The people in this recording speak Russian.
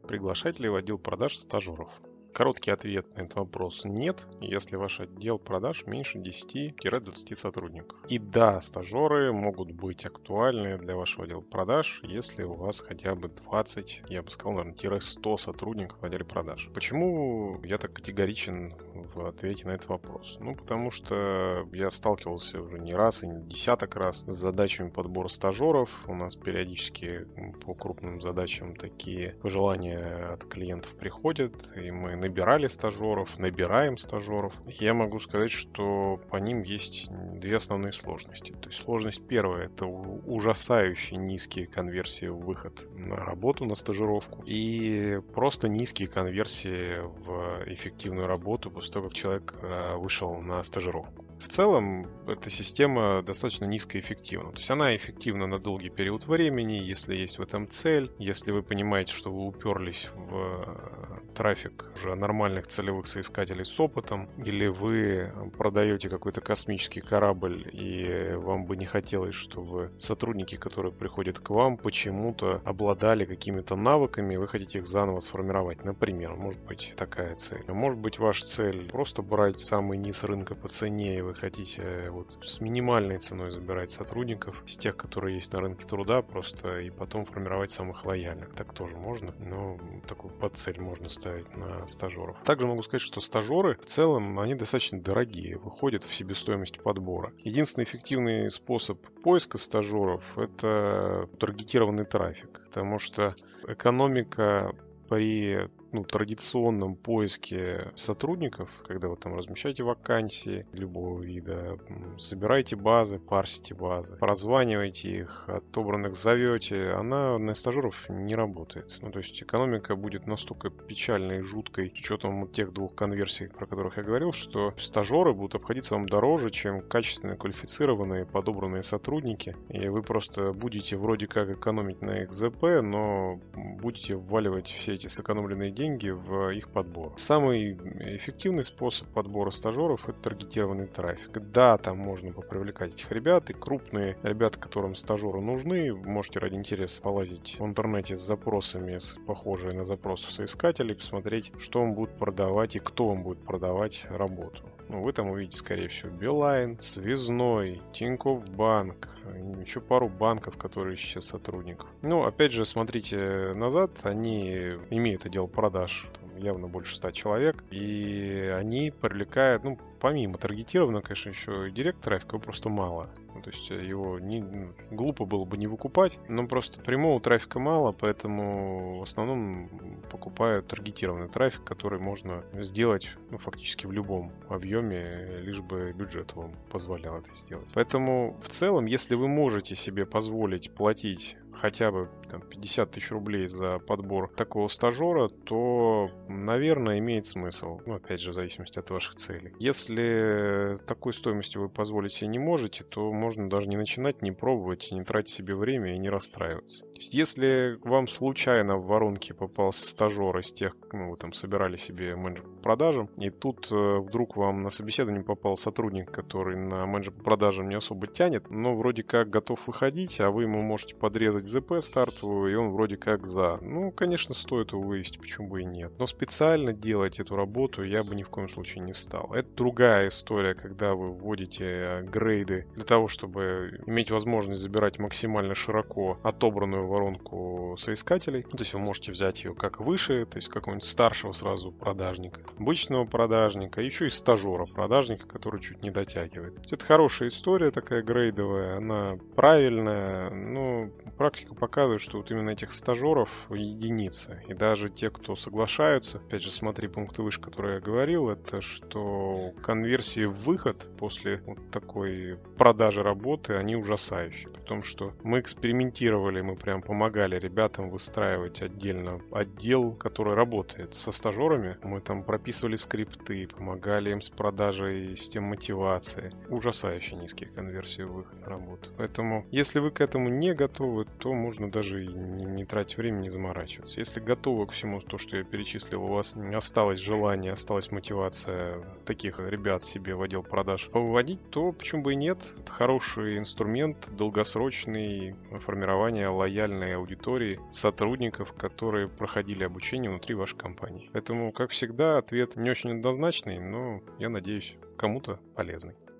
Приглашать ли в отдел продаж стажеров? Короткий ответ на этот вопрос – нет, если ваш отдел продаж меньше 10-20 сотрудников. И да, стажеры могут быть актуальны для вашего отдела продаж, если у вас хотя бы 20, я бы сказал, наверное, 100 сотрудников в отделе продаж. Почему я так категоричен в ответе на этот вопрос? Потому что я сталкивался уже не раз и не десяток раз с задачами подбора стажеров. У нас периодически по крупным задачам такие пожелания от клиентов приходят, и мы набираем стажеров. Я могу сказать, что по ним есть две основные сложности. То есть сложность первая – это ужасающе низкие конверсии в выход на работу, на стажировку, и просто низкие конверсии в эффективную работу после того, как человек вышел на стажировку. В целом, эта система достаточно низкоэффективна. То есть она эффективна на долгий период времени, если есть в этом цель, если вы понимаете, что вы уперлись в трафик уже нормальных целевых соискателей с опытом, или вы продаете какой-то космический корабль, и вам бы не хотелось, чтобы сотрудники, которые приходят к вам, почему-то обладали какими-то навыками, и вы хотите их заново сформировать. Например, может быть такая цель. Может быть ваша цель просто брать самый низ рынка по цене, и вы хотите с минимальной ценой забирать сотрудников, с тех, которые есть на рынке труда, просто и потом формировать самых лояльных. Так тоже можно, но такую подцель можно ставить на стажеров. Также могу сказать, что стажеры в целом, они достаточно дорогие, выходят в себестоимость подбора. Единственный эффективный способ поиска стажеров – это таргетированный трафик, потому что экономика при традиционном поиске сотрудников, когда вы там размещаете вакансии любого вида, собираете базы, парсите базы, прозваниваете их, отобранных зовете, она на стажеров не работает. То есть экономика будет настолько печальной и жуткой, с учетом тех двух конверсий, про которых я говорил, что стажеры будут обходиться вам дороже, чем качественно квалифицированные, подобранные сотрудники, и вы просто будете вроде как экономить на их ЗП, но будете вваливать все эти сэкономленные деньги в их подбор. Самый эффективный способ подбора стажеров – это таргетированный трафик. Да, там можно попривлекать этих ребят, и крупные ребята, которым стажеры нужны, можете ради интереса полазить в интернете с запросами, похожие на запросы соискателей, посмотреть, что он будет продавать и кто он будет продавать работу. Вы там увидите, скорее всего, Билайн, Связной, Тинькофф Банк, еще пару банков, которые ищут сотрудников. Опять же, смотрите назад, они имеют отдел продаж явно больше 100 человек, и они привлекают, помимо таргетированного, конечно, еще и директ трафика, его просто мало. То есть его глупо было бы не выкупать, но просто прямого трафика мало, поэтому в основном покупают таргетированный трафик, который можно сделать фактически в любом объеме, лишь бы бюджет вам позволял это сделать. Поэтому в целом, если вы можете себе позволить платить хотя бы 50 тысяч рублей за подбор такого стажера, то, наверное, имеет смысл. Опять же, в зависимости от ваших целей. Если такой стоимостью вы позволить себе не можете, то можно даже не начинать, не пробовать, не тратить себе время и не расстраиваться. То есть, если вам случайно в воронке попался стажер из тех, вы там собирали себе менеджер по продажам, и тут вдруг вам на собеседование попал сотрудник, который на менеджер по продажам не особо тянет, но вроде как готов выходить, а вы ему можете подрезать ЗП стартовую, и он вроде как за. Конечно, стоит его вывести, почему бы и нет. Но специально делать эту работу я бы ни в коем случае не стал. Это другая история, когда вы вводите грейды для того, чтобы иметь возможность забирать максимально широко отобранную воронку соискателей. То есть вы можете взять ее как выше, то есть какого-нибудь старшего сразу продажника, обычного продажника, еще и стажера продажника, который чуть не дотягивает. Это хорошая история такая грейдовая, она правильная, но практика показывает, что именно этих стажеров единицы. И даже те, кто соглашаются, опять же, смотри пункты выше, которые я говорил, это что конверсии в выход после такой продажи работы, они ужасающие. При том, что мы экспериментировали, мы прям помогали ребятам выстраивать отдельно отдел, который работает со стажерами. Мы там прописывали скрипты, помогали им с продажей систем мотивации. Ужасающе низкие конверсии в выход на работу. Поэтому, если вы к этому не готовы, то можно даже и не тратить время, не заморачиваться. Если готовы к всему то, что я перечислил, у вас осталось желание, осталась мотивация таких ребят себе в отдел продаж повыводить, то почему бы и нет? Это хорошая хороший инструмент, долгосрочный формирования лояльной аудитории сотрудников, которые проходили обучение внутри вашей компании. Поэтому, как всегда, ответ не очень однозначный, но я надеюсь, кому-то полезный.